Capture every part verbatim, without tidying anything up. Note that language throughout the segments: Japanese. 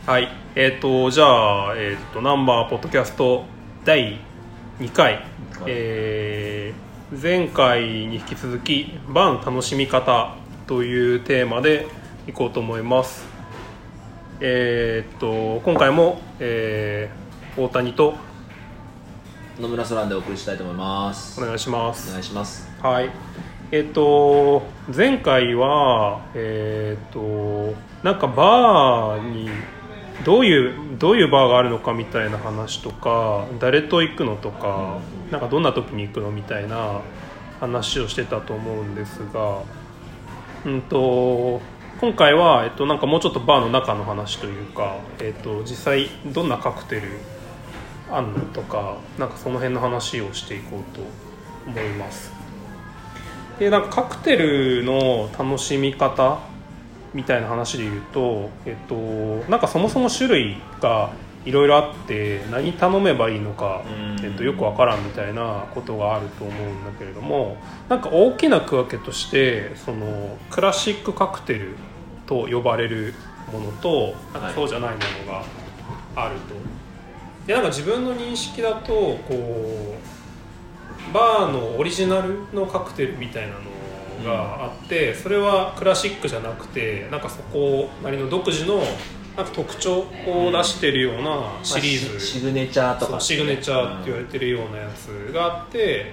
はい、えーとじゃあ、えーとナンバーポッドキャストだいにかい、えー、前回に引き続きバーの楽しみ方というテーマでいこうと思います。えーと今回も、えー、大谷と野村空でお送りしたいと思います。 お願いします。 お願いします。 はい、えっと前回はえっとなんかバーにどういうどういうバーがあるのかみたいな話とか、誰と行くのとか、なんかどんな時に行くのみたいな話をしてたと思うんですが、うんと今回はえっとなんかもうちょっとバーの中の話というか、えっと実際どんなカクテルあんのとか、なんかその辺の話をしていこうと思います。でなんかカクテルの楽しみ方みたいな話で言うと、えっと、なんかそもそも種類がいろいろあって何頼めばいいのか、えっと、よくわからんみたいなことがあると思うんだけれども、なんか大きな区分けとしてそのクラシックカクテルと呼ばれるものと、なんかそうじゃないものがあると。でなんか自分の認識だとこうバーのオリジナルのカクテルみたいなのがあって、それはクラシックじゃなくてなんかそこなりの独自のなんか特徴を出してるようなシリーズ、 まあ、シグネチャーとか、ね、 シグネチャーって言われてるようなやつがあって、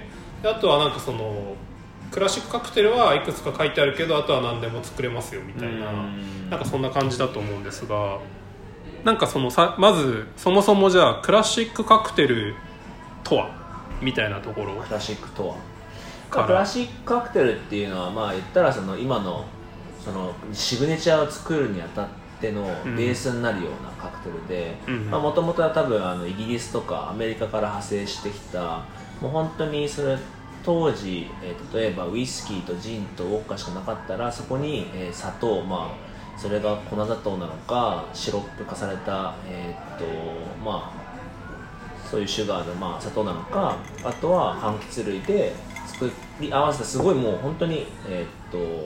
であとはなんかそのクラシックカクテルはいくつか書いてあるけどあとは何でも作れますよみたいな、なんかそんな感じだと思うんですが、なんかそのさまずそもそもじゃあクラシックカクテルとはみたいなところ。 クラシックとはクラシックカクテルっていうのはまあ言ったらその今のそのシグネチャーを作るにあたってのベースになるようなカクテルで、もともとは多分あのイギリスとかアメリカから派生してきた、もう本当にそれ当時、えー、例えばウイスキーとジンとウォッカしかなかったらそこに、えー、砂糖、まあそれが粉砂糖なのかシロップ化された、えーっとまあ、そういうシュガーの、まあ、砂糖なのか、あとは柑橘類で作り合わせたすごいもう本当に、えーっと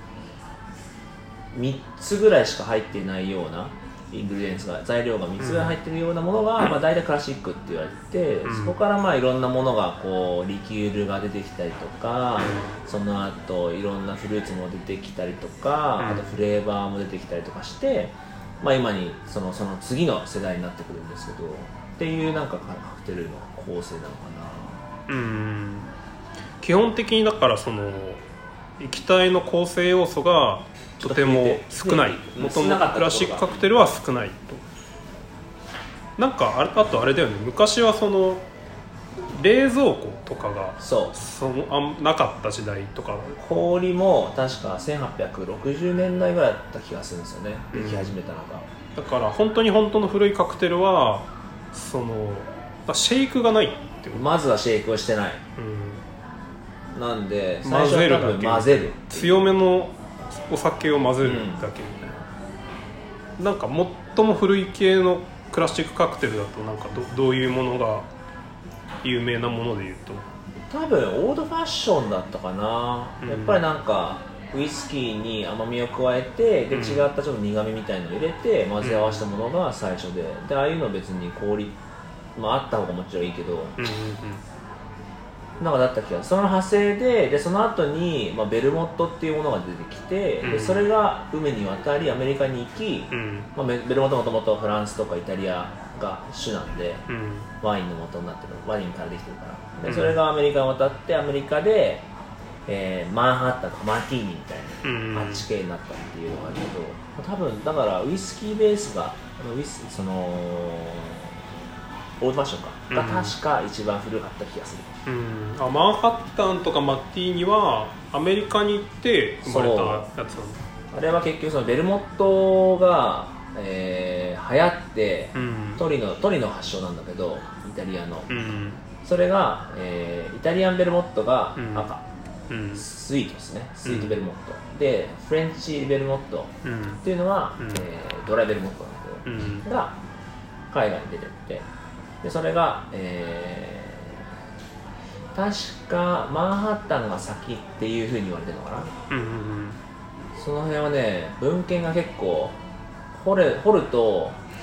みっつぐらいしか入っていないようなイングリデンスが材料がみっつぐらい入っているようなものが、うんまあ、大体クラシックって言われて、うん、そこからまあいろんなものがこうリキュールが出てきたりとか、うん、その後いろんなフルーツも出てきたりとか、うん、あとフレーバーも出てきたりとかして、まあ、今にその、その次の世代になってくるんですけどっていうなんかカクテルの構成なのかな。 うん基本的にだからその液体の構成要素がとても少ない、元のクラシックカクテルは少ないと。なんか あ, あとあれだよね、昔はその冷蔵庫とかがそうそのあなかった時代とか、 氷も確かせんはっぴゃくろくじゅうねんだいぐらいだった気がするんですよね、でき始めたのが、 うん、だから本当に本当の古いカクテルはそのシェイクがないっていう、 まずはシェイクをしてない、うん、なんで最初は多分混ぜる、 強めのお酒を混ぜるだけみたいな、うん、なんか最も古い系のクラシックカクテルだとなんか ど, どういうものが有名なものでいうと、 多分オールファッションだったかな、うん、やっぱりなんかウイスキーに甘みを加えてで違ったちょっと苦みみたいのを入れて混ぜ合わせたものが最初で、でああいうの別に氷、まあ、あった方がもちろんいいけど、うんうんうんなんかだった気がする。その派生 で, でその後に、まあ、ベルモットっていうものが出てきて、うん、でそれが海に渡りアメリカに行き、うんまあ、ベルモットもともとフランスとかイタリアが主なんで、うん、ワインの元になってる、ワインからできてるからでそれがアメリカに渡ってアメリカで、えー、マンハッタンとかマーティーニみたいな はちケー になったっていうのがあるけど、多分だからウイスキーベースがウイスそのオールドファッションかが確か一番古かった気がする、 うん、あマンハッタンとかマッティーニはアメリカに行って生まれたやつなんだ。 あれは結局そのベルモットが、えー、流行って、うん、トリノ、トリノ発祥なんだけどイタリアの、うん、それが、えー、イタリアンベルモットが赤、うん、スイートですね、スイートベルモット、うん、でフレンチベルモットっていうのは、うんえー、ドライベルモットなんだけど、うん、が海外に出てってでそれが、えー、確かマンハッタンが先っていう風に言われてるのかな、うんうんうん、その辺はね文献が結構掘れ掘ると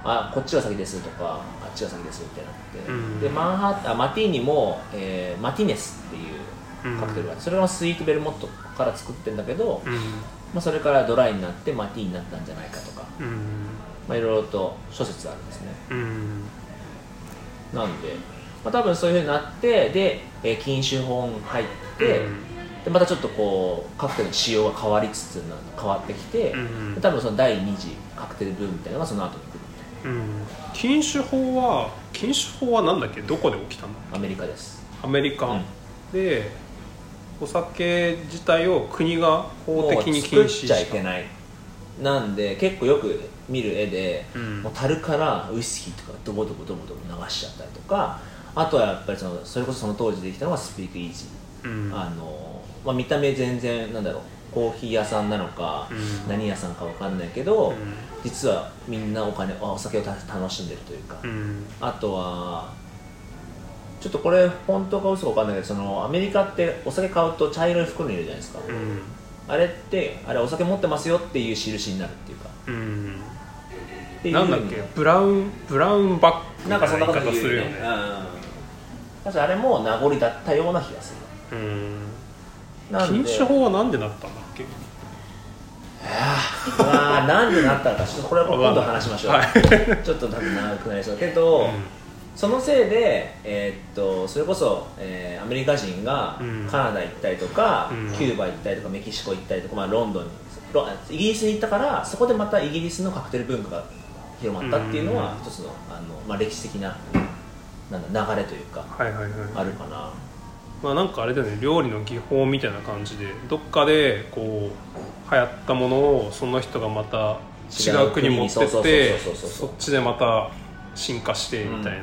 あこっちが先ですとかあっちが先ですってなって、 うん、 でマンハッタンマティーニも、えー、マティネスっていうカクテルがあって、それはスイートベルモットから作ってるんだけど、うん、まあ、それからドライになってマティーになったんじゃないかとか、うん、まあ、いろいろと諸説あるんですね、うん、なんで、まあ、多分そういう風になってで、えー、禁酒法入って、うん、でまたちょっとこうカクテルの仕様が変わりつつ変わってきて、うん、多分そのだいに次カクテルブームみたいなのがその後に来るみたいな、うん、 禁酒法は禁酒法はなんだっけ、どこで起きたの？ アメリカです。 アメリカ、うん、でお酒自体を国が法的に禁止した。 作っちゃいけないなんで結構よく見る絵で、うん、もう樽からウイスキーとかドボドボドボドボ流しちゃったりとか、あとはやっぱりそのそれこそその当時できたのがスピークイージー、うん、あのまあ、見た目全然なんだろうコーヒー屋さんなのか、うん、何屋さんか分かんないけど、うん、実はみんなお金お酒を楽しんでるというか、うん、あとはちょっとこれ本当か嘘か分かんないけど、そのアメリカってお酒買うと茶色い袋に入れるじゃないですか、うん、あれってあれお酒持ってますよっていう印になるっていうか、うん、 っていうなんだっけブラウンブラウンバックなんかそんなこと言うよね、確かあれも名残だったような気がする。うん、 禁酒法はなんでなったんだっけ？ ああなんでなったのかちょっとこれは今度話しましょう、はい、ちょっと多分長くなりそうだけど、うん、そのせいで、えー、っとそれこそ、えー、アメリカ人がカナダ行ったりとか、うん、キューバ行ったりとかメキシコ行ったりとか、まあ、ロンドンにイギリスに行ったからそこでまたイギリスのカクテル文化が広まったっていうのは一つの、あの、まあ、歴史的な、なんだ流れというか、はいはいはい、あるかな。 まあ、なんかあれだよね、料理の技法みたいな感じでどっかでこう流行ったものをその人がまた違う国に持ってってそっちでまた進化してみたいな、うん、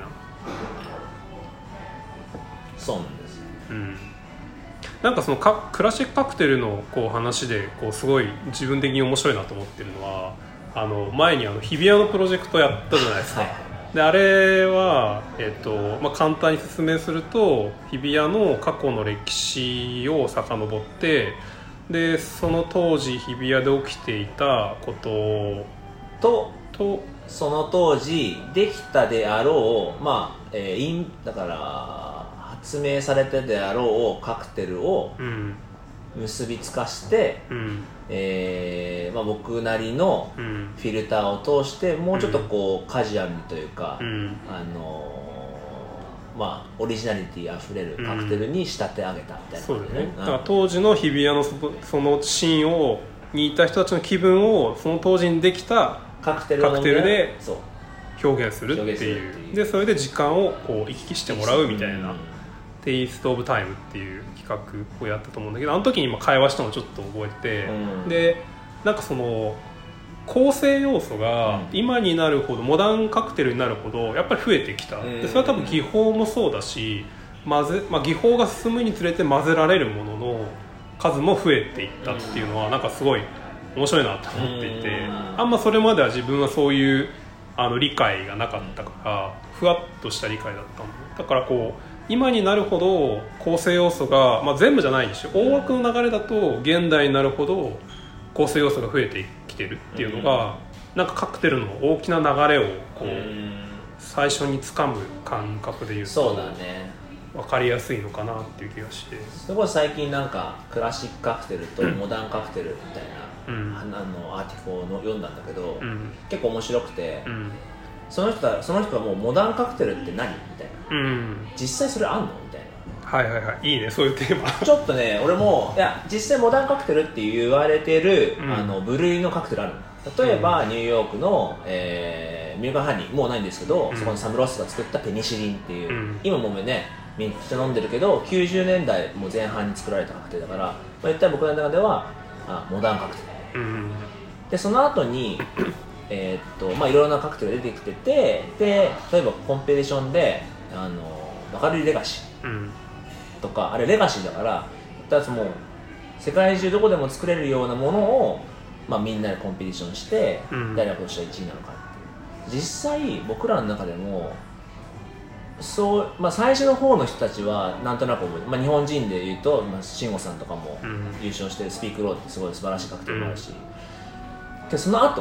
そうなんです、うん、 なんかそのかクラシックカクテルのこう話でこうすごい自分的に面白いなと思ってるのは、あの前にあの日比谷のプロジェクトやったじゃないですか、はい、であれは、えーとまあ、簡単に説明すると日比谷の過去の歴史を遡ってでその当時日比谷で起きていたことととその当時できたであろう、まあえー、インだから発明されたであろうカクテルを結びつかして、うんえーまあ、僕なりのフィルターを通してもうちょっとこうカジュアルにというか、うん、あのまあ、オリジナリティあふれるカクテルに仕立て上げたみたいな、ね、 そうですね、だから当時の日比谷のそのシーンをにいた人たちの気分をその当時にできたカクテルで表現するっていうでそれで時間をこう行き来してもらうみたいな、うん、テイストオブタイムっていう企画をやったと思うんだけど、あの時に今会話したのをちょっと覚えて、うん、でなんかその構成要素が今になるほどモダンカクテルになるほどやっぱり増えてきた、うん、でそれは多分技法もそうだし混ぜ、まあ、技法が進むにつれて混ぜられるものの数も増えていったっていうのはなんかすごい面白いなと思っていて、あんまそれまでは自分はそういうあの理解がなかったからふわっとした理解だったのだからこう今になるほど構成要素が、まあ、全部じゃないにし大枠の流れだと現代になるほど構成要素が増えてきてるっていうのが、うん、なんかカクテルの大きな流れをこう、うん、最初に掴む感覚でいうとそうだね分かりやすいのかなっていう気がして、 すごい最近なんかクラシックカクテルとモダンカクテルみたいな、うん、あのアーティフォーを読んだんだけど、うん、結構面白くて、うん、その人はその人はもうモダンカクテルって何みたいな、うん、実際それあんのみたいな。 はいはいはい、いいねそういうテーマちょっとね俺もいや実際モダンカクテルって言われてる、うん、あの部類のカクテルあるの。例えば、うん、ニューヨークの、えー、ミルカハニーもうないんですけど、うん、そこのサムロスが作ったペニシリンっていう、うん、今もねめっちゃ飲んでるけどきゅうじゅうねんだいも前半に作られたカクテルだから、まあ、言ったら僕の中ではあモダンカクテル、うん、でその後にえーっとまあいろいろなカクテルが出てきててで例えばコンペティションであのバカルリレガシー、うんとかあれレガシーだからだからもう世界中どこでも作れるようなものを、まあ、みんなでコンペティションして、うん、誰が今年はいちいなのかっていう実際僕らの中でもそう、まあ、最初の方の人たちはなんとなく覚えて、まあ、日本人でいうと、まあ、慎吾さんとかも優勝してるスピークローってすごい素晴らしいカクテルもあるし、うん、でその後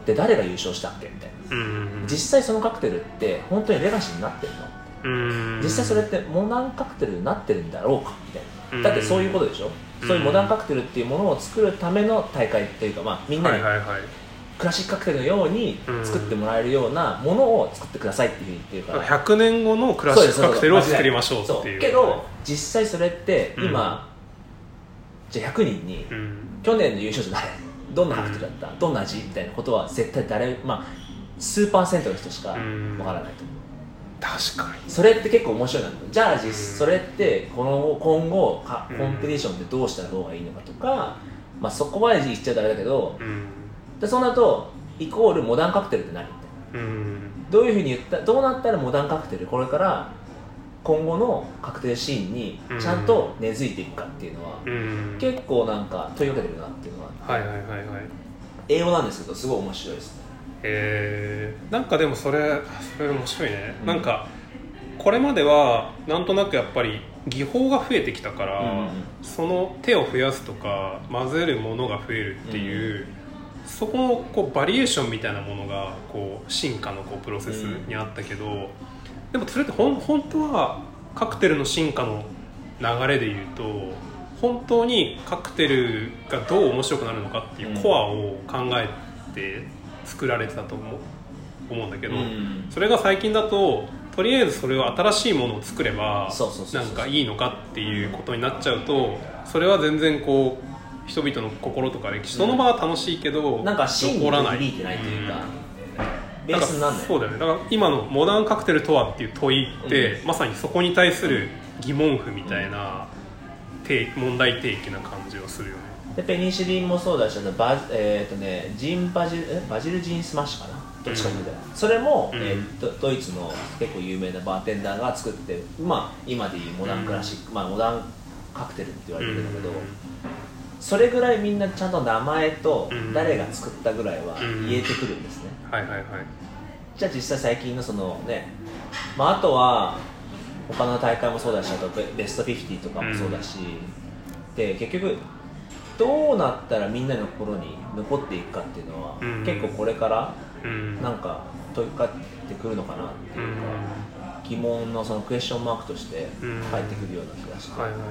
って誰が優勝したっけみたいな、 うんうんうん、 実際そのカクテルって本当にレガシーになってるの、 うんうん、 実際それってモダンカクテルになってるんだろうかみたいな、だってそういうことでしょ、うん、そういうモダンカクテルっていうものを作るための大会っていうか、まあ、みんなにクラシックカクテルのように作ってもらえるようなものを作ってくださいっていうふうに言ってるから、 ひゃくねんごのクラシックカクテルを作りましょうっていう。 けど実際それって今、うん、じゃあひゃくにんに、うん、去年の優勝者誰、どんなカクテルだった、うん、どんな味みたいなことは絶対誰、まあ、数パーセントの人しかわからないと思う、うん、 確かにそれって結構面白いな。じゃあ実それってこの今後かコンペティションでどうした方がいいのかとか、まあ、そこまで言っちゃうとあれだけど、うん、でそうなるとイコールモダンカクテルって何みたいな、うん、どういうふうに言ったどうなったらモダンカクテルこれから今後のカクテルシーンにちゃんと根付いていくかっていうのは、うん、結構なんか問いかけてるなっていうのは、 はいはいはいはい、 英語なんですけどすごい面白いですね。 えー、なんかでもそれそれ面白いね、うん、なんかこれまではなんとなくやっぱり技法が増えてきたから、うん、その手を増やすとか混ぜるものが増えるっていう、うん、そこのこうバリエーションみたいなものがこう進化のこうプロセスにあったけど、うん、でもそれってほん本当はカクテルの進化の流れでいうと本当にカクテルがどう面白くなるのかっていうコアを考えて作られてたと思う、思うんだけど、うん、それが最近だととりあえずそれを新しいものを作ればなんかいいのかっていうことになっちゃうと、それは全然こう人々の心とか歴史その場は楽しいけど、うん、 なんか真に響いてないというか、うん、ベースになんない。 そうだよね。だから今のモダンカクテルとはっていう問いって、うん、まさにそこに対する疑問符みたいな、うん、問題提起な感じはするよね。 でペニシリンもそうだし、バ、えーとね、ジンバジルバジルジンスマッシュかな、どっちかというと、うん、それも、うんえー、ド, ドイツの結構有名なバーテンダーが作って、まあ、今でいうモダンクラシック、うんまあ、モダンカクテルって言われてるんだけど、うん、それぐらいみんなちゃんと名前と誰が作ったぐらいは言えてくるんですね、 うん、はいはいはい。 じゃあ実際最近のそのね、まあ、あとは他の大会もそうだし、あとベストフィフティとかもそうだし、うん、で結局どうなったらみんなの心に残っていくかっていうのは、うん、結構これからなんか問いかけてくるのかなっていうか、うん、疑問のそのクエスチョンマークとして返ってくるような気がして、うんはいはいはい、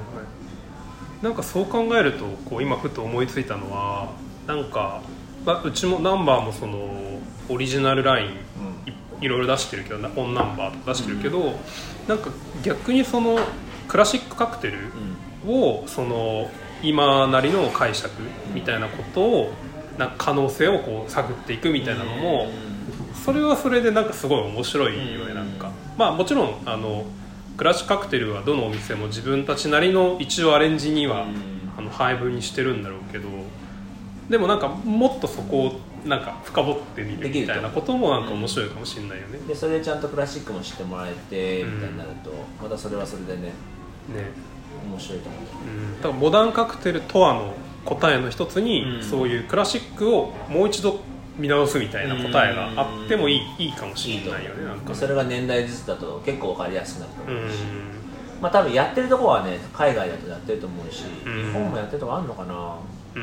なんかそう考えるとこう今ふと思いついたのは、なんか、まあ、うちもナンバーもそのオリジナルライン、うん、い, いろいろ出してるけどオンナンバーとか出してるけど、うん、なんか逆にそのクラシックカクテルをその今なりの解釈みたいなことをなんか可能性をこう探っていくみたいなのも、それはそれでなんかすごい面白いよね。なんかまあもちろんあのクラシックカクテルはどのお店も自分たちなりの一応アレンジにはあの配分にしてるんだろうけど、でもなんかもっとそこをなんか深掘ってみるみたいなこともなんか面白いかもしれないよね。 でそれでちゃんとクラシックも知ってもらえてみたいになると、またそれはそれでね。ね面白いと思う、 うん、だからモダンカクテルとはの答えの一つに、うん、そういうクラシックをもう一度見直すみたいな答えがあってもいい、いいかもしれないよね。なんかねそれが年代ずつだと結構分かりやすくなると思うし、うんまあ、多分やってるところはね海外だとやってると思うし、うん、日本もやってるところあるのかな、うん、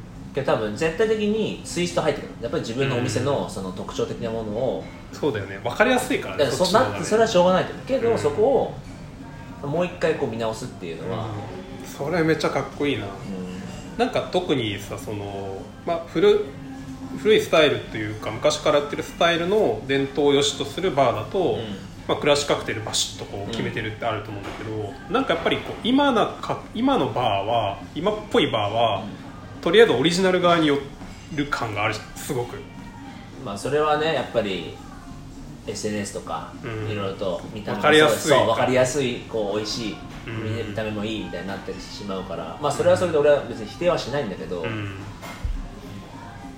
けど多分絶対的にツイスト入ってくる。やっぱり自分のお店 の, その特徴的なものを、 うん、そうだよね分かりやすいからね。 そ, そ, なそれはしょうがないと思うけど、うん、そこをもう一回こう見直すっていうのは、 うん、それめっちゃかっこいいな、うん、なんか特にさその、まあ、古, 古いスタイルというか昔からやってるスタイルの伝統を良しとするバーだと、うんまあ、クラシックカクテルバシッとこう決めてるってあると思うんだけど、うん、なんかやっぱりこう 今, なか今のバーは今っぽいバーは、うん、とりあえずオリジナル側に寄る感があるすごく。 まあそれはねやっぱりエスエヌエス とか、うん、いろいろと見た目も分かりやすい、 そう分かりやすいこう美味しい、うん、見た目もいいみたいになってしまうから、まあ、それはそれで俺は別に否定はしないんだけど、うん、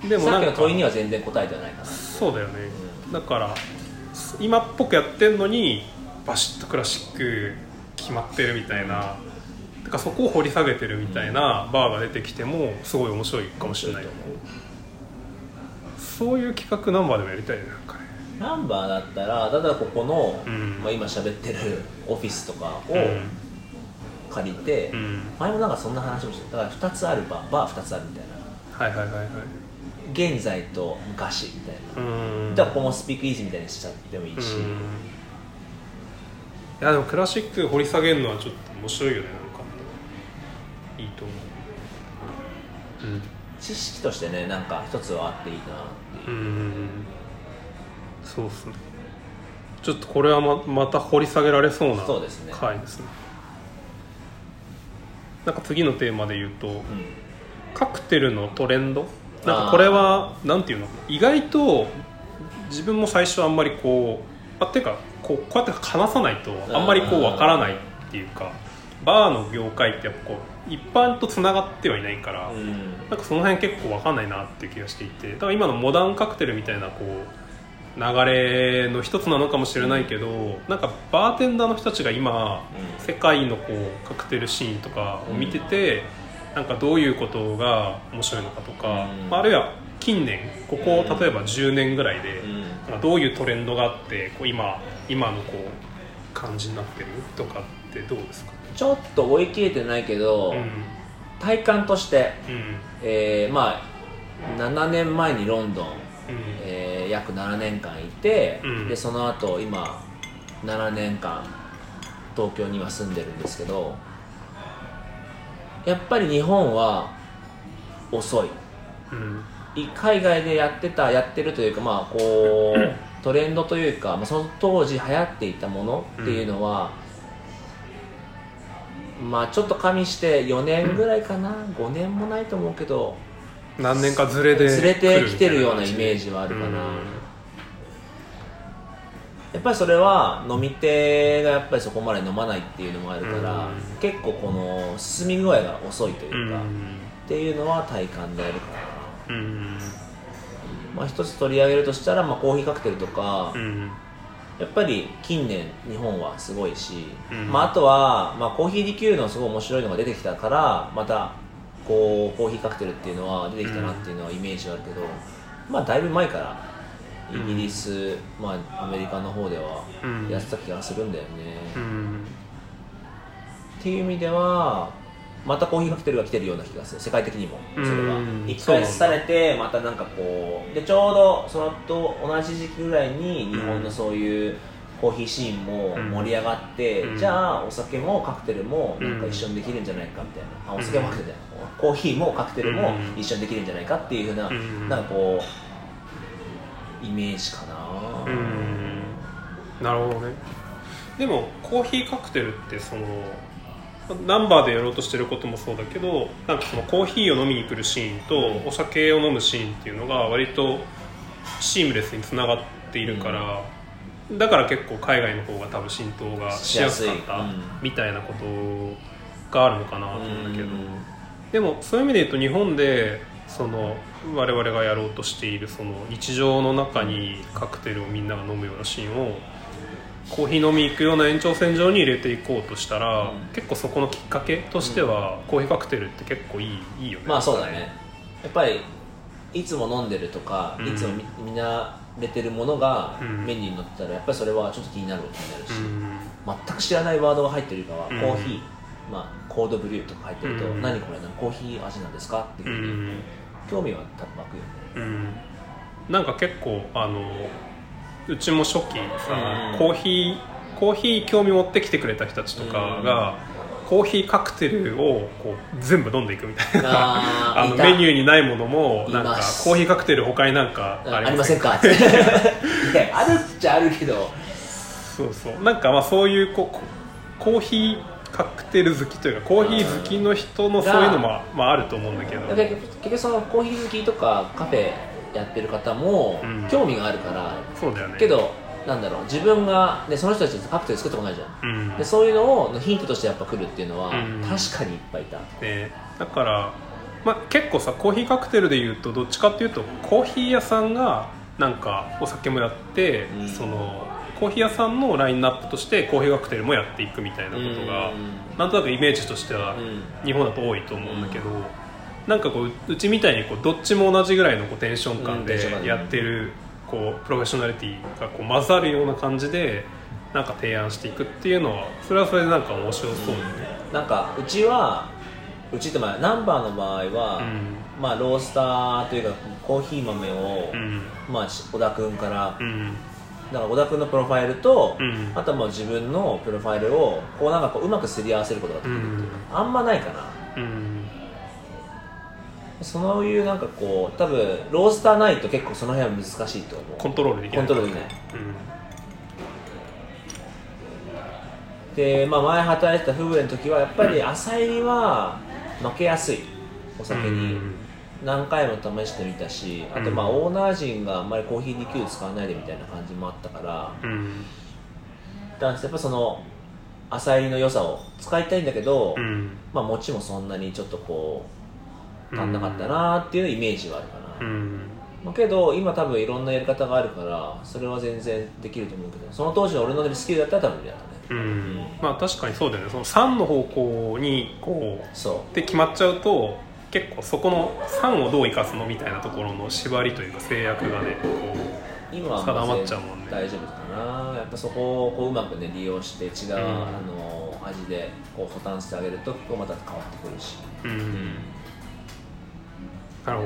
でもさっきの問いには全然答えてはないかな。 そうだよね、うん、だから今っぽくやってんのにバシッとクラシック決まってるみたいな、うん、かそこを掘り下げてるみたいなバーが出てきてもすごい面白いかもしれない、うん、そういう企画ナンバーでもやりたいね。なんかねナンバーだったら、ただここの、うんまあ、今喋ってるオフィスとかを借りて、うん、前もなんかそんな話もしてた。だからふたつあるバー、バーふたつあるみたいな。 はいはいはいはい。 現在と昔みたいな、 うんだからここもスピークイージーみたいにしちゃってもいいし、 うんいやでもクラシック掘り下げるのはちょっと面白いよね。なんかいいと思う、うん、 知識としてねなんか一つはあっていいなっていう、 うんそうっすね。ちょっとこれは ま, また掘り下げられそうなそうですね回ですね。なんか次のテーマで言うと、うん、カクテルのトレンド、なんかこれはなんていうの、意外と自分も最初あんまりこうあっていうかこうこうやって話さないとあんまりこうわからないっていうか、バーの業界ってやっぱこう一般とつながってはいないから、うん、なんかその辺結構わかんないなっていう気がしていて、だから今のモダンカクテルみたいなこう流れの一つなのかもしれないけど、うん、なんかバーテンダーの人たちが今、うん、世界のこうカクテルシーンとかを見てて、うん、なんかどういうことが面白いのかとか、うん、あるいは近年ここ例えばじゅうねんぐらいで、うん、なんかどういうトレンドがあってこう 今, 今のこう感じになってるとかってどうですか？ ちょっと追い切れてないけど、うん、体感として、うんえー、まあななねんまえにロンドン、うんえー、約ななねんかんいて、うん、でその後今ななねんかん東京には住んでるんですけど、やっぱり日本は遅い、うん、海外でやってたやってるというか、まあこうトレンドというか、まあ、その当時流行っていたものっていうのは、うん、まあちょっと加味してよねんぐらいかな、ごねんもないと思うけど何年かずれでずれてきてるようなイメージはあるかな、うん、やっぱりそれは飲み手がやっぱりそこまで飲まないっていうのもあるから、うん、結構この進み具合が遅いというか、うん、っていうのは体感であるかな、うんまあ、一つ取り上げるとしたら、まあ、コーヒーカクテルとか、うん、やっぱり近年日本はすごいし、うんまあ、あとは、まあ、コーヒーリキュールのすごい面白いのが出てきたからまたこうコーヒーカクテルっていうのは出てきたなっていうのはイメージあるけど、まあ、だいぶ前からイギリス、うんまあ、アメリカの方ではやってた気がするんだよね、うん、っていう意味ではまたコーヒーカクテルが来てるような気がする、世界的にもそれは一回されてまたなんかこうでちょうどそのと同じ時期ぐらいに日本のそういうコーヒーシーンも盛り上がって、うん、じゃあお酒もカクテルもなんか一緒にできるんじゃないかみたいな、あお酒もカクテルじゃないコーヒーもカクテルも一緒にできるんじゃないかっていう風な、うん、なんかこうイメージかな、うん、 なるほどね。でもコーヒーカクテルってそのナンバーでやろうとしてることもそうだけど、なんかそのコーヒーを飲みに来るシーンとお酒を飲むシーンっていうのが割とシームレスにつながっているから、うん、だから結構海外の方が多分浸透がしやすかったみたいなことがあるのかなと思うんだけど、うん、でもそういう意味で言うと日本でその我々がやろうとしているその日常の中にカクテルをみんなが飲むようなシーンをコーヒー飲み行くような延長線上に入れていこうとしたら、うん、結構そこのきっかけとしては、うん、コーヒーカクテルって結構いい、いいよね。 まあそうだね。やっぱりいつも飲んでるとか、うん、いつも見慣れてるものがメニューに載ってたらやっぱりそれはちょっと気になる気になるし、うん、全く知らないワードが入ってるかは、うん、コーヒー、まあ、コードブリューとか入ってると、うん、何これコーヒー味なんですかっていうふうに、うん、興味は多分湧くよね、 うん、なんか結構あのうちも初期さ、うん、コーヒーコーヒー興味持ってきてくれた人たちとかが、うん、コーヒーカクテルをこう全部飲んでいくみたいなああのメニューにないものもなんかコーヒーカクテル他になんかありませんかっていやあるっちゃあるけどそうそうなんかまあそういうこコーヒーカクテル好きというかコーヒー好きの人のそういうのも、まあ、あると思うんだけど結局そのコーヒー好きとかカフェやってる方も興味があるから、 うん、そうだよね。 けどなんだろう自分が、ね、その人たちカクテル作ったことないじゃん、うん、でそういうのをヒントとしてやっぱ来るっていうのは、うん、確かにいっぱいいた、 ね、だから、まあ、結構さコーヒーカクテルでいうとどっちかっていうとコーヒー屋さんがなんかお酒もやって、うん、そのコーヒー屋さんのラインナップとしてコーヒーカクテルもやっていくみたいなことが、うん、なんとなくイメージとしては日本だと多いと思うんだけど、うん、なんかこううちみたいにこうどっちも同じぐらいのこうテンション感でやってるこうプロフェッショナリティがこう混ざるような感じでなんか提案していくっていうのはそれはそれでなんか面白そうだね、 うん、なんかうちはうちってまあナンバーの場合は、 うんまあ、ロースターというかコーヒー豆を、 うんまあ、小田君からうんだから小田君のプロファイルと、 うん、 あとはもう自分のプロファイルをこうなんかこううまくすり合わせることができるっていうか、うん、あんまないかな、うん、そういうなんかこう多分ロースターないと結構その辺は難しいと思う。 コントロールできないコントロールできない、うん、で、まあ、前働いてたフブレの時はやっぱり浅入りは負けやすいお酒に、うん何回も試してみたし、あとまあオーナー陣があんまりコーヒーリキュール使わないでみたいな感じもあったから、うん、だからやっぱその浅入りの良さを使いたいんだけど、うん、まあ持ちもそんなにちょっとこう足んなかったなっていうイメージはあるかな、うんまあ、けど今多分いろんなやり方があるからそれは全然できると思うけど、その当時の俺のスキルだったら多分無理だったね。 うんうん、まあ確かにそうだよね。そのさんの方向にこうそうって決まっちゃうと結構そこのさんをどう生かすのみたいなところの縛りというか制約がねこう今は定まっちゃうもんね。 大丈夫かな。やっぱそこをこううまくね利用して違う、うん、あの味でこう補完してあげるとこうまた変わってくるし、うんうん、 なるほど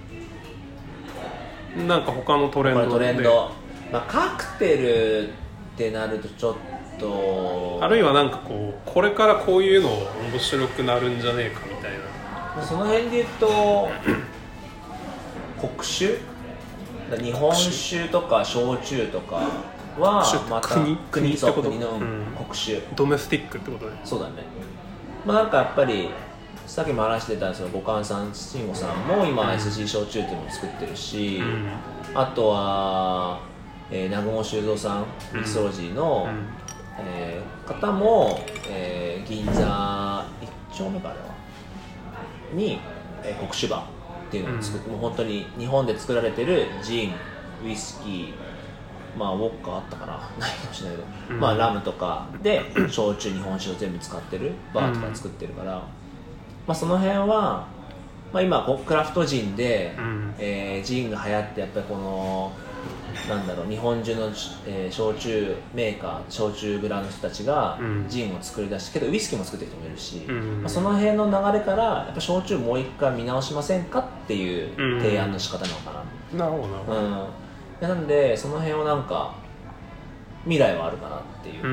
ね。なんか他のトレンドでトレンド、まあ、カクテルってなるとちょっとあるいはなんかこうこれからこういうの面白くなるんじゃねえかみたいな、 その辺で言うと国酒日本酒とか焼酎とかはまた国国ってこと国の、 うん、 国酒ドメスティックってことね。 そうだね。まあなんかやっぱりさっきも話してたその五感さん慎吾さんも今 エスジー 焼酎っていうのを作ってるし、うん、あとは、えー、南雲修造さんミキソロジーの、うんえー、方も、えー、銀座いっ丁目かあれはに、えー、国酒場っていうのを作って、うん、もう本当に日本で作られてるジン、ウイスキー、まあウォッカあったかなないかもしれないけど、うん、まあラムとかで焼酎、日本酒を全部使ってるバーとか作ってるから、うんまあ、その辺は、まあ、今クラフトジンで、うんえー、ジンが流行ってやっぱりこのなんだろう日本中の、えー、焼酎メーカー焼酎ブランドの人たちがジンを作り出してけどウイスキーも作ってる人もいるし、うんまあ、その辺の流れからやっぱ焼酎もう一回見直しませんかっていう提案の仕方なのかな、 うん、なるほどなるほど、うん、 なんでその辺はなんか未来はあるかなっていうか、うん、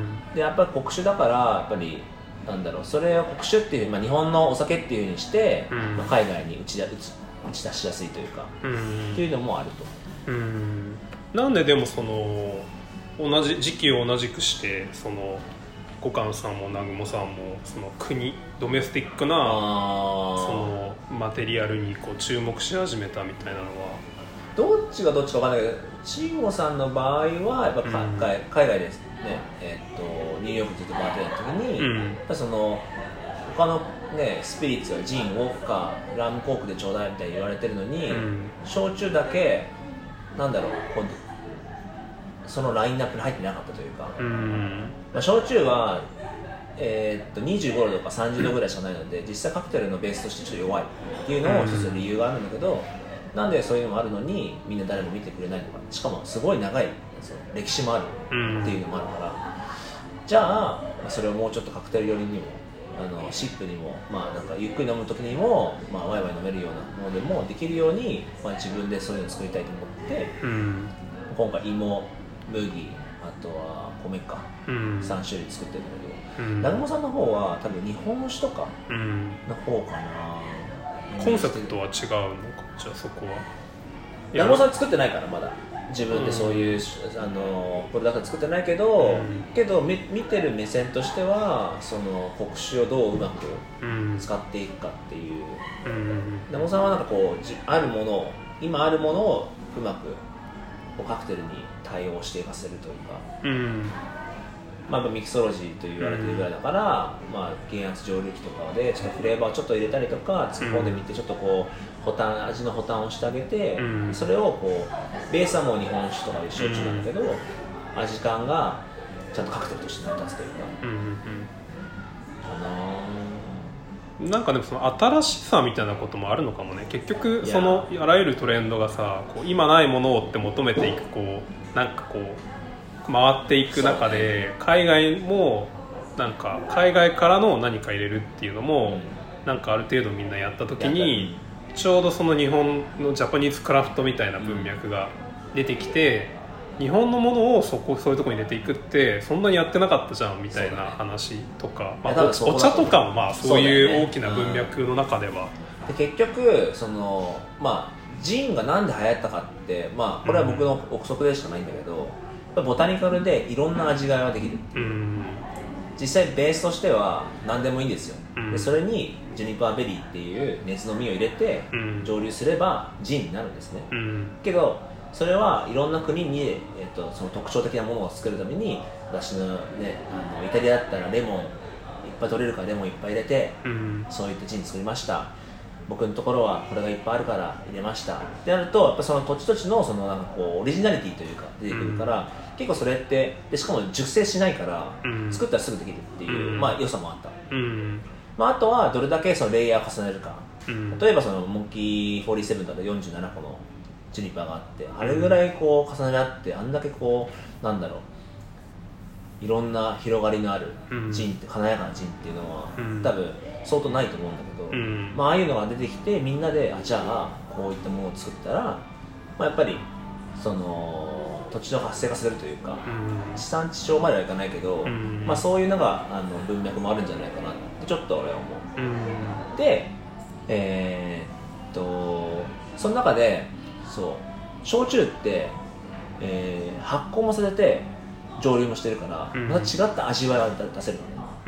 でやっぱり国酒だからやっぱりなんだろうそれを国酒っていう、まあ、日本のお酒っていう風にして、うんまあ、海外に打ち打ち打ち出しやすいというか、うん、っていうのもあると。 うんなんででもその同じ時期を同じくしてその五感さんも南雲さんもその国ドメスティックなそのマテリアルにこう注目し始めたみたいなのはどっちがどっちか分かんないけど慎吾さんの場合はやっぱ海、うん、海外ですね、えー、っとニューヨークずっとバーテンやった時に、うん、やっぱその他のね、スピリッツはジン、ウォッカ、ラムコークでちょうだいみたいに言われてるのに、うん、焼酎だけなんだろう今度そのラインナップに入ってなかったというか、うんまあ、焼酎は、えー、っとにじゅうごどとかさんじゅうどぐらいしかないので実際カクテルのベースとしてちょっと弱いっていうのも一つ理由があるんだけど、うん、なんでそういうのもあるのにみんな誰も見てくれないのかしかもすごい長い歴史もあるっていうのもあるから、うん、じゃあそれをもうちょっとカクテル寄りにもあのシップにも、まあ、なんかゆっくり飲む時にも、まあ、ワイワイ飲めるようなものでもできるように、まあ、自分でそういうのを作りたいと思って、うん、今回芋、麦、あとは米か、うん、さん種類作ってるんだけど、うん、南雲さんの方は多分日本酒とかの方かな、 うん、コンセプトは違うのかじゃあそこは南雲さん作ってないからまだ自分でそういう、うん、あのプロダクト作ってないけど、うん、けど見てる目線としてはその国酒をどううまく使っていくかっていう、うん、南雲さんはなんかこうあるものを今あるものをうまくカクテルに対応していかせるというか、うんまあ、ミキソロジーと言われてるぐらいだから、うんまあ、減圧蒸留機とかでちょっとフレーバーをちょっと入れたりとか突っ込んでみてちょっとこう補填味の補填をしてあげて、うん、それをこうベースはもう日本酒とか焼酎なんだけど、うん、味感がちゃんとカクテルとして成り立つというか、うんうんうん、かななんかでもその新しさみたいなこともあるのかもね。結局そのあらゆるトレンドがさこう今ないものをって求めていくこうなんかこう回っていく中で、ね、海外もなんか海外からの何か入れるっていうのも、 なんかある程度みんなやった時にちょうどその日本のジャパニーズクラフトみたいな文脈が出てきて、うん、日本のものをそこそういうところに入れていくってそんなにやってなかったじゃんみたいな話とか、まあ、お茶とかもまあそういう大きな文脈の中ではで結局その、まあ、ジンがなんで流行ったかって、まあ、これは僕の憶測でしかないんだけど、うん、ボタニカルでいろんな味ができるっていう、うん、実際ベースとしては何でもいいんですよ、うん、でそれにジュニパーベリーっていう熱の実を入れて蒸留すればジンになるんですね、うん、けどそれはいろんな国に、えっと、その特徴的なものを作るために私の、ね、あのイタリアだったらレモンいっぱい取れるからレモンいっぱい入れて、うん、そういったジン作りました。僕のところはこれがいっぱいあるから入れましたってなるとやっぱその土地土地のそのなんかこうオリジナリティというか出てくるから、うん、結構それってでしかも熟成しないから、うん、作ったらすぐできるっていう、うん、まあ良さもあった、うんまあ、あとはどれだけそのレイヤーを重ねるか、うん、例えばそのモンキーよんじゅうななだとよんじゅうななこのジュニパーがあってあれぐらいこう重ね合ってあんだけこうなんだろういろんな広がりのあるジンって、うん、華やかなジンっていうのは、うん、多分相当ないと思うんだけど、うんまあ、ああいうのが出てきてみんなであじゃあこういったものを作ったら、まあ、やっぱりその土地の活性化するというか、うん、地産地消まではいかないけど、うんまあ、そういうのがあの文脈もあるんじゃないかなってちょっと俺は思う、うん、でえー、っとその中でそう焼酎って、えー、発酵もさせて蒸留もしてるから、うん、また違った味わいが出せるのね、うん、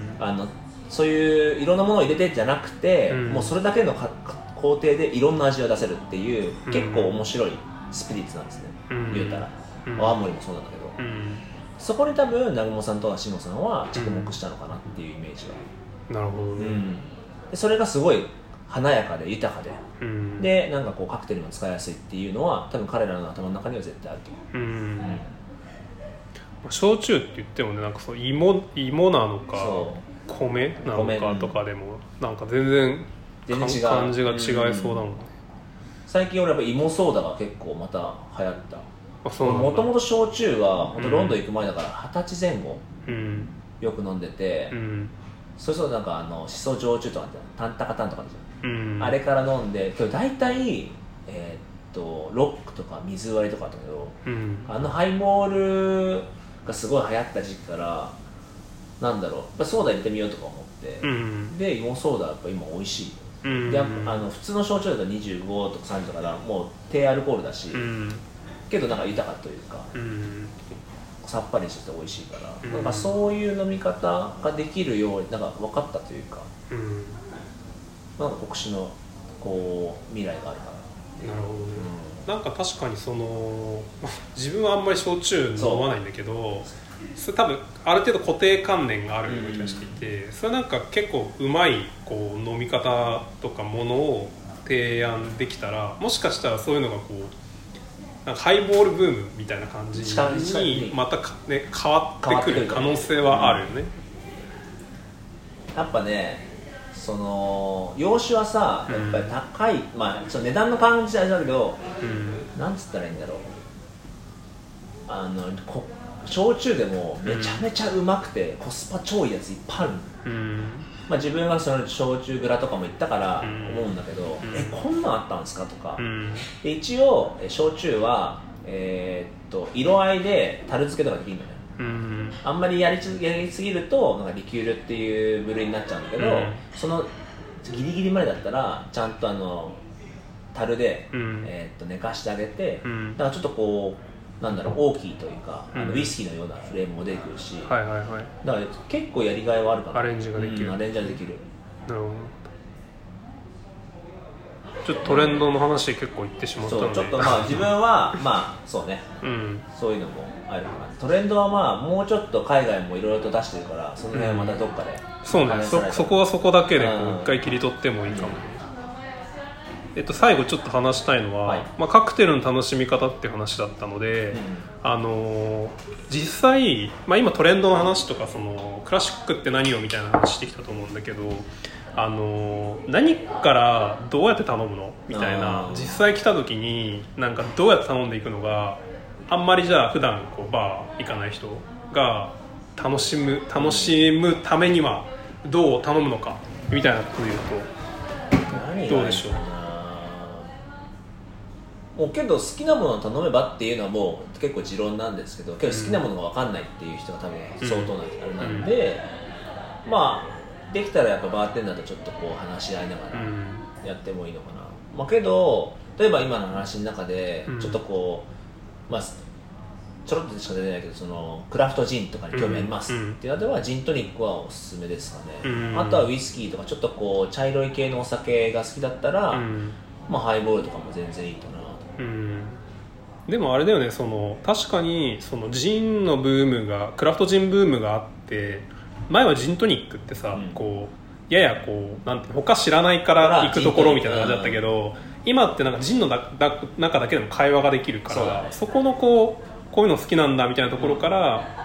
あのそういういろんなものを入れてじゃなくて、うん、もうそれだけの工程でいろんな味を出せるっていう、うん、結構面白いスピリッツなんですね、うん、言うたら、うん、泡盛もそうなんだけど、うん、そこに多分南雲さんとか慎吾さんは着目したのかなっていうイメージが、 なるほどね、うん、 でそれがすごい華やかで豊かで、うん、でなんかこうカクテルも使いやすいっていうのは多分彼らの頭の中には絶対あると思う、うんうん焼酎って言ってもねなんかそう 芋, 芋なのか米なのかとかでもなんか全然全然違う感じが違いそうだもんね、うん、 最近俺やっぱ芋ソーダが結構また流行った。もともと焼酎は本当ロンドン行く前だから二十歳前後、うん、よく飲んでて、うん、それこそなんかあのしそ焼酎とかってタンタカタンとかじゃん、うん、あれから飲んで今日大体えー、っとロックとか水割りとかだったけど、うん、あのハイボールがすごい流行った時期からなんだろうやっぱソーダ入れてみようとか思って、うん、で芋ソーダやっぱ今美味しい、うん、であの普通の焼酎だとにじゅうごとかさんじゅうとかだもう低アルコールだし、うん、けどなんか豊かというか、うん、さっぱりしてて美味しいから、うん、なんかそういう飲み方ができるようになんか分かったというか、うん、なんか国酒のこう未来があるかな。 なるほどね、うん、なんか確かにその自分はあんまり焼酎飲まないんだけどそれ多分ある程度固定観念がある気がしていて、うん、それなんか結構うまいこう飲み方とかものを提案できたらもしかしたらそういうのがこうなんかハイボールブームみたいな感じにまたか、ね、変わってくる可能性はあるよね、 うん、やっぱねその洋酒はさやっぱり高い、うん、まあちょっと値段の感じはあれだけど、うん、なんつったらいいんだろうあのこ焼酎でもめちゃめちゃうまくて、うん、コスパ超いいやついっぱいある、うんまあ、自分はその焼酎蔵とかも行ったから思うんだけど、うん、えこんなんあったんですかとか、うん、で一応焼酎は、えー、っと色合いで樽漬けとかできるんだよね、うん、あんまりやりすぎるとなんかリキュールっていう部類になっちゃうんだけど、うん、そのギリギリまでだったらちゃんとあの樽で、うんえー、っと寝かしてあげて、うん、だからちょっとこうなんだろう大きいというか、うん、あのウイスキーのようなフレームも出てくるし、はいはいはい、だから結構やりがいはあるかな。 アレンジができる、 うん、アレンジができる。 なるほど。ちょっとトレンドの話結構言ってしまったので、 そうちょっとまあ自分はまあそうね、うん、そういうのもあるかな。トレンドはまあもうちょっと海外もいろいろと出してるからその辺はまたどっかで、うん、 そうね そ, そこはそこだけでこう一回切り取ってもいいかも、うんえっと、最後ちょっと話したいのは、はいまあ、カクテルの楽しみ方っていう話だったので、うんあのー、実際、まあ、今トレンドの話とかそのクラシックって何よみたいな話してきたと思うんだけど、あのー、何からどうやって頼むのみたいな実際来た時になんかどうやって頼んでいくのがあんまりじゃあ普段こうバー行かない人が楽しむ楽しむためにはどう頼むのかみたいなこと言うとどうでしょう。 もうけど好きなものを頼めばっていうのはもう結構持論なんですけど、けど好きなものが分かんないっていう人が多分相当なあれなんで、うん、まあできたらやっぱバーテンダーとちょっとこう話し合いながらやってもいいのかな、うん、まあけど例えば今の話の中でちょっとこう、うん、まあちょろっとしか出てないけどそのクラフトジンとかに興味ありますっていうのではジントニックはおすすめですかね、うん、あとはウイスキーとかちょっとこう茶色い系のお酒が好きだったら、うん、まあハイボールとかも全然いいかな。 うん、でもあれだよね、その確かにそのジンのブームがクラフトジンブームがあって、前はジントニックってさ、うん、こうややこうなんて他知らないから行くところみたいな感じだったけど、今ってなんかジンのだだ中だけでも会話ができるから、 そ, ね、そこのこうこういうの好きなんだみたいなところから、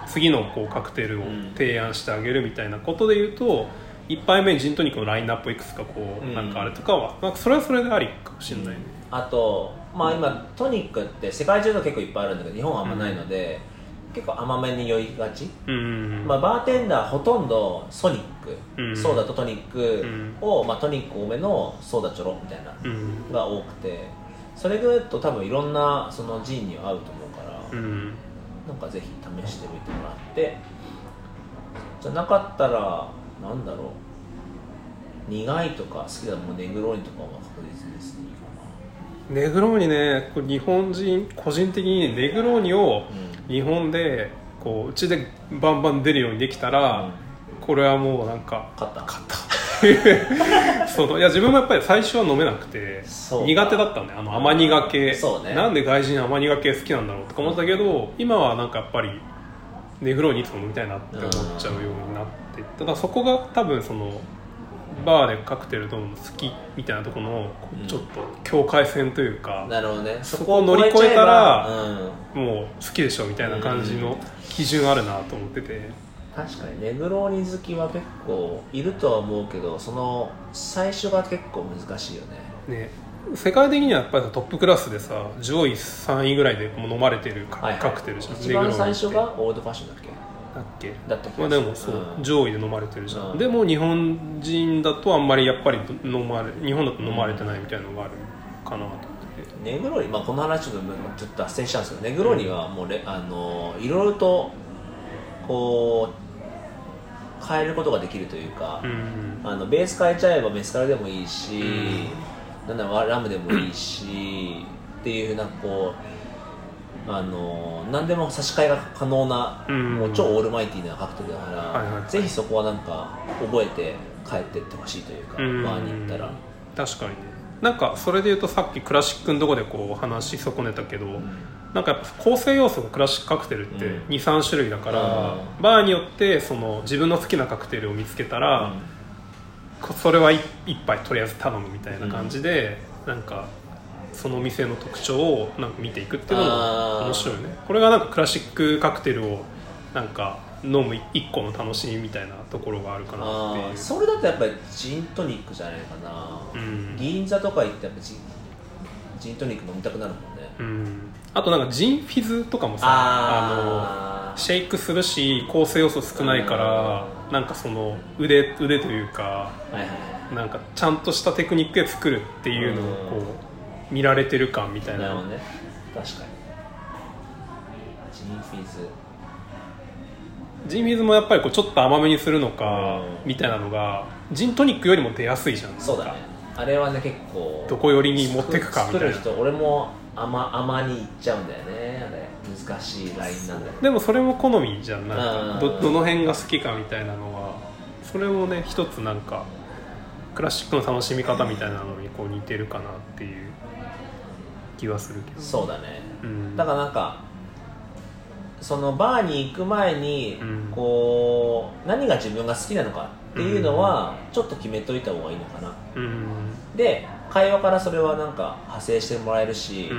うん、次のこうカクテルを提案してあげるみたいなことで言うと、いっぱいめにジントニックのラインナップいくつかこう、うん、なんかあれとかはなんかそれはそれでありかもしれないね、 うん、あとまあ今トニックって世界中で結構いっぱいあるんだけど日本はあんまないので、うん、結構甘めに酔いがち、うんうんうん、まあ、バーテンダーほとんどソニック、うん、ソーダとトニックを、うん、まあ、トニック多めのソーダちょろみたいなのが多くて、それぐらいだと多分いろんなそのジンに合うと思うから、うん、なんかぜひ試してみてもらって、じゃなかったらなんだろう、苦いとか好きなもうネグローニとかは確実ですね。 ネグローニね、日本人個人的にネグローニを日本でこううちでバンバン出るようにできたら、うん、これはもうなんか勝った勝ったそのいや自分もやっぱり最初は飲めなくて苦手だったね、あの甘苦系、 そうね、 なんで外人甘苦系好きなんだろうとか思ったけど、今はなんかやっぱりネグローニいつも飲みたいなって思っちゃうようになって、ただそこが多分そのバーでカクテル飲むの好きみたいなところのちょっと境界線というか、 うん、なるほどね、 そこを乗り越えたら、うん、もう好きでしょみたいな感じの基準あるなと思ってて、 確かにネグローニ好きは結構いるとは思うけど、その最初が結構難しいよね。 ね、世界的にはやっぱりトップクラスでさ上位さんいぐらいでも飲まれてるカクテルじゃん、 はいはい、一番最初がオールドファッションだっけだっけだったっけ、 まあ、でもそう、うん、上位で飲まれてるじゃん、 うん、 でも日本人だとあんまりやっぱり飲まれ日本だと飲まれてないみたいなのがあるかなと思ってて、 ネグローニ、まあ、この話ちょっとちょっと脱線したんですけど、ネグローニはもうレあのいろいろとこう変えることができるというか、うん、あのベース変えちゃえばメスカルでもいいし、うん、なんだろうラムでもいいしっていうなんかこうあの何でも差し替えが可能な、うん、もう超オールマイティーなカクテルだから、はいはいはい、ぜひそこはなんか覚えて帰ってってほしいというか、うん、バーに行ったら確かにね、なんかそれでいうとさっきクラシックのとこでこう話し損ねたけど、うん、なんかやっぱ構成要素がクラシックカクテルって に,さん 種類だから、うん、バーによってその自分の好きなカクテルを見つけたら、うん、それは一杯とりあえず頼むみたいな感じで、うん、なんかその店の特徴をなんか見ていくっていうのも面白いね。これがなんかクラシックカクテルをなんか飲む一個の楽しみみたいなところがあるかなっていう。 それだとやっぱりジントニックじゃないかな、うん、銀座とか行ってやっぱジン、ジントニック飲みたくなるもんね、 うん、あとなんかジンフィズとかもさ あ, あのシェイクするし構成要素少ないからなんかその 腕, 腕というか、はいはい、なんかちゃんとしたテクニックで作るっていうのをこう見られてる感みたいな。 なるほどね、確かにジンフィズジンフィズもやっぱりこうちょっと甘めにするのかみたいなのがジントニックよりも出やすいじゃん。 そうだね、あれはね結構どこ寄りに持ってくかみたいな。 作る人俺も甘, 甘にいっちゃうんだよね、あれ難しいラインなんだよね。 でもそれも好みじゃん、なんか ど, どの辺が好きかみたいなのはそれもね一つなんかクラシックの楽しみ方みたいなのにこう似てるかなっていう気はするけど。 そうだね、うん、だからなんかそのバーに行く前にこう、うん、何が自分が好きなのかっていうのはちょっと決めといた方がいいのかな、うん、で会話からそれはなんか派生してもらえるし、うん、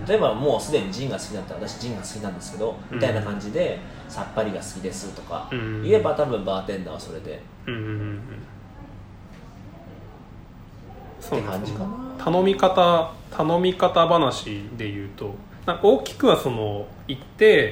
例えばもうすでにジンが好きだったら私ジンが好きなんですけど、うん、みたいな感じでさっぱりが好きですとか言えば多分バーテンダーはそれで、うんうんうん、 そうって感じかな。頼み方頼み方話で言うとなんか大きくはその行って、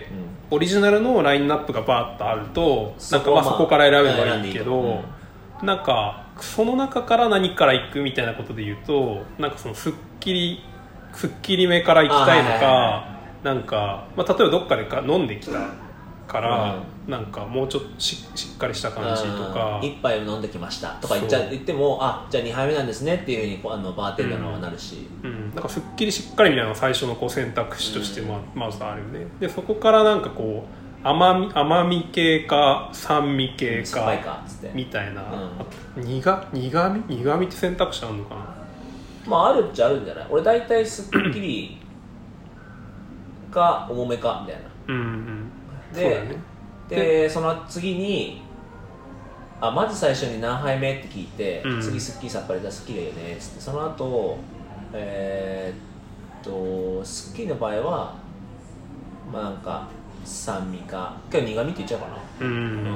うん、オリジナルのラインナップがバーッとあるとなんかまあそこから選べばいいけど、うん、なんかその中から何から行くみたいなことで言うとなんかそのすっきりすっきりめから行きたいのか、はいはいはい、なんか、まあ、例えばどっかでか飲んできたから、うん、なんかもうちょっと し, しっかりした感じとか一杯飲んできましたとか言っちゃ言ってもあじゃあにはいめなんですねっていうふうにあのバーテンダーの方はなるし、 うんうん、なんかすっきりしっかりみたいなのが最初のこう選択肢としてままずあるよね。でそこからなんかこう甘み、甘み系か酸味系かみたいな、うん、苦, 苦味苦味って選択肢あるのかな。 まああるっちゃあるんじゃない。俺大体すっきりか重めかみたいな、 うんうん、 で, そうだね、でその次にあまず最初に何杯目って聞いて、うん、次すっきりさっぱりだすっきりだよねっつってその後えー、っとすっきりの場合はまあなんか酸味か今日苦味って言っちゃうかな、 うんうんうん、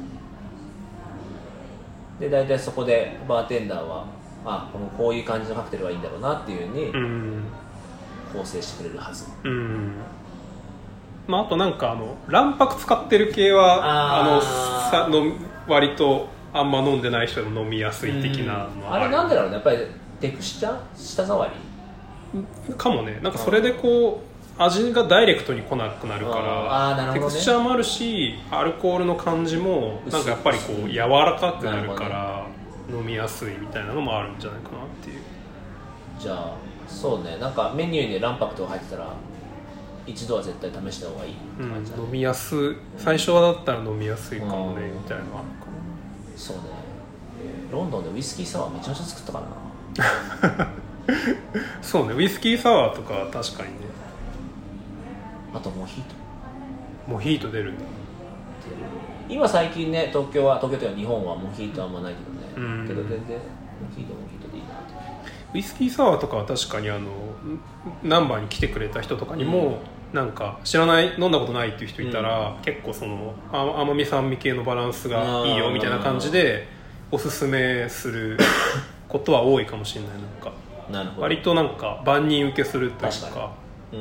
で大体そこでバーテンダーはあこのこういう感じのカクテルがいいんだろうなっていう風に構成してくれるはず、 うんうんまあ、あとなんかあの卵白使ってる系は あ, あのさの割とあんま飲んでない人でも飲みやすい的なのあ, あれなんでだろうねやっぱりテクスチャー舌触りかもね。なんかそれでこう味がダイレクトに来なくなるからあなるほど、ね、 テクスチャーもあるしアルコールの感じもなんかやっぱりこう柔らかくなるから飲みやすいみたいなのもあるんじゃないかなっていう。 じゃあそうねなんかメニューに卵白とか入ってたら一度は絶対試した方がいいって感じだね、 うん、飲みやすい最初はだったら飲みやすいかもね、うん、みたいなのあるかな。 そうねロンドンでウイスキーサワーめちゃめちゃ作ったからなそうねウイスキーサワーとかは確かにね。 あとモヒートモヒート出るんだ。 今最近ね東京は東京というか日本はモヒートあんまないけどね、うん、けど全然モヒートモヒートでいいなって。 ウイスキーサワーとかは確かにあのナンバーに来てくれた人とかにも、うん、なんか知らない飲んだことないっていう人いたら、うん、結構その甘み酸味系のバランスがいいよみたいな感じでおすすめすることは多いかもしれない。なんかなるほど割となんか万人受けするというか、かうん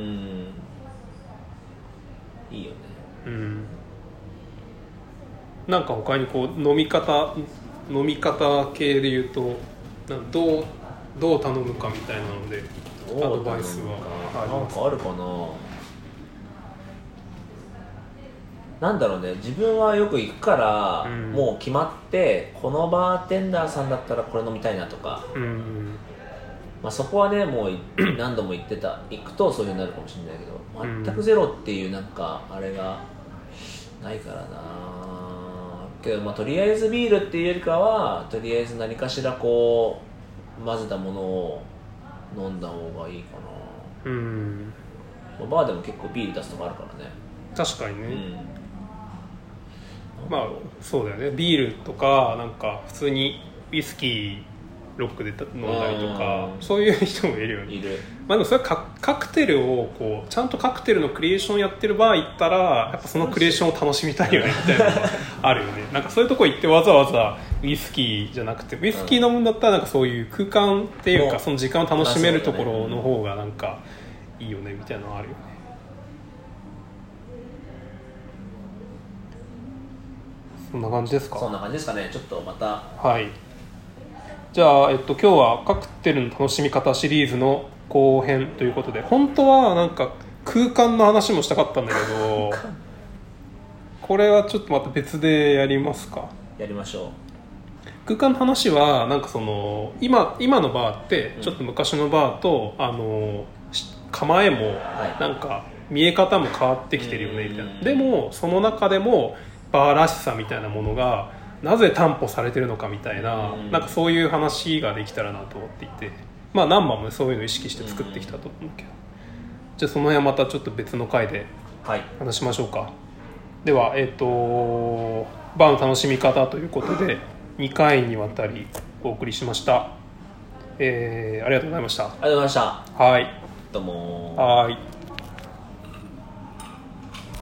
いいよね。 うんなんか他にこう飲み方飲み方系で言うとなんどうどう頼むかみたいなのでアドバイスはなんかあるかな。なんだろうね自分はよく行くから、うん、もう決まってこのバーテンダーさんだったらこれ飲みたいなとか、 うんまあ、そこはねもう何度も行ってた行くとそういう風になるかもしれないけど全くゼロっていうなんかあれがないからな。けどまあとりあえずビールっていうよりかはとりあえず何かしらこう混ぜたものを飲んだ方がいいかな。うんバーでも結構ビール出すとこあるからね。 確かにね、 うん、 まあそうだよね。ビールとかなんか普通にウイスキーロックで飲んだりとかそういう人もいるよね。 いる。 まあでもそれは カ, カクテルをこうちゃんとカクテルのクリエーションやってるバー行ったらやっぱそのクリエーションを楽しみたいよねみたいなのがあるよね。なんかそういうとこ行ってわざわざウイスキーじゃなくてウイスキー飲むんだったらなんかそういう空間っていうかその時間を楽しめるところの方がなんかいいよねみたいなのがあるよね。そんな感じですか。 そんな感じですかね。ちょっとまたはいじゃあ、えっと、今日はカクテルの楽しみ方シリーズの後編ということで本当はなんか空間の話もしたかったんだけどこれはちょっとまた別でやりますか。 やりましょう。 空間の話はなんかその 今, 今のバーってちょっと昔のバーと、うん、あの構えもなんか見え方も変わってきてるよねみたいな、はい、でもその中でもバーらしさみたいなものがなぜ担保されてるのかみたいな、うん、なんかそういう話ができたらなと思っていて、まあ何番もそういうのを意識して作ってきたと思うけど、じゃあその辺はまたちょっと別の回で話しましょうか、はい、ではえっとバーの楽しみ方ということでにかいにわたりお送りしました、えー、ありがとうございました。ありがとうございました。 はいどうもはい。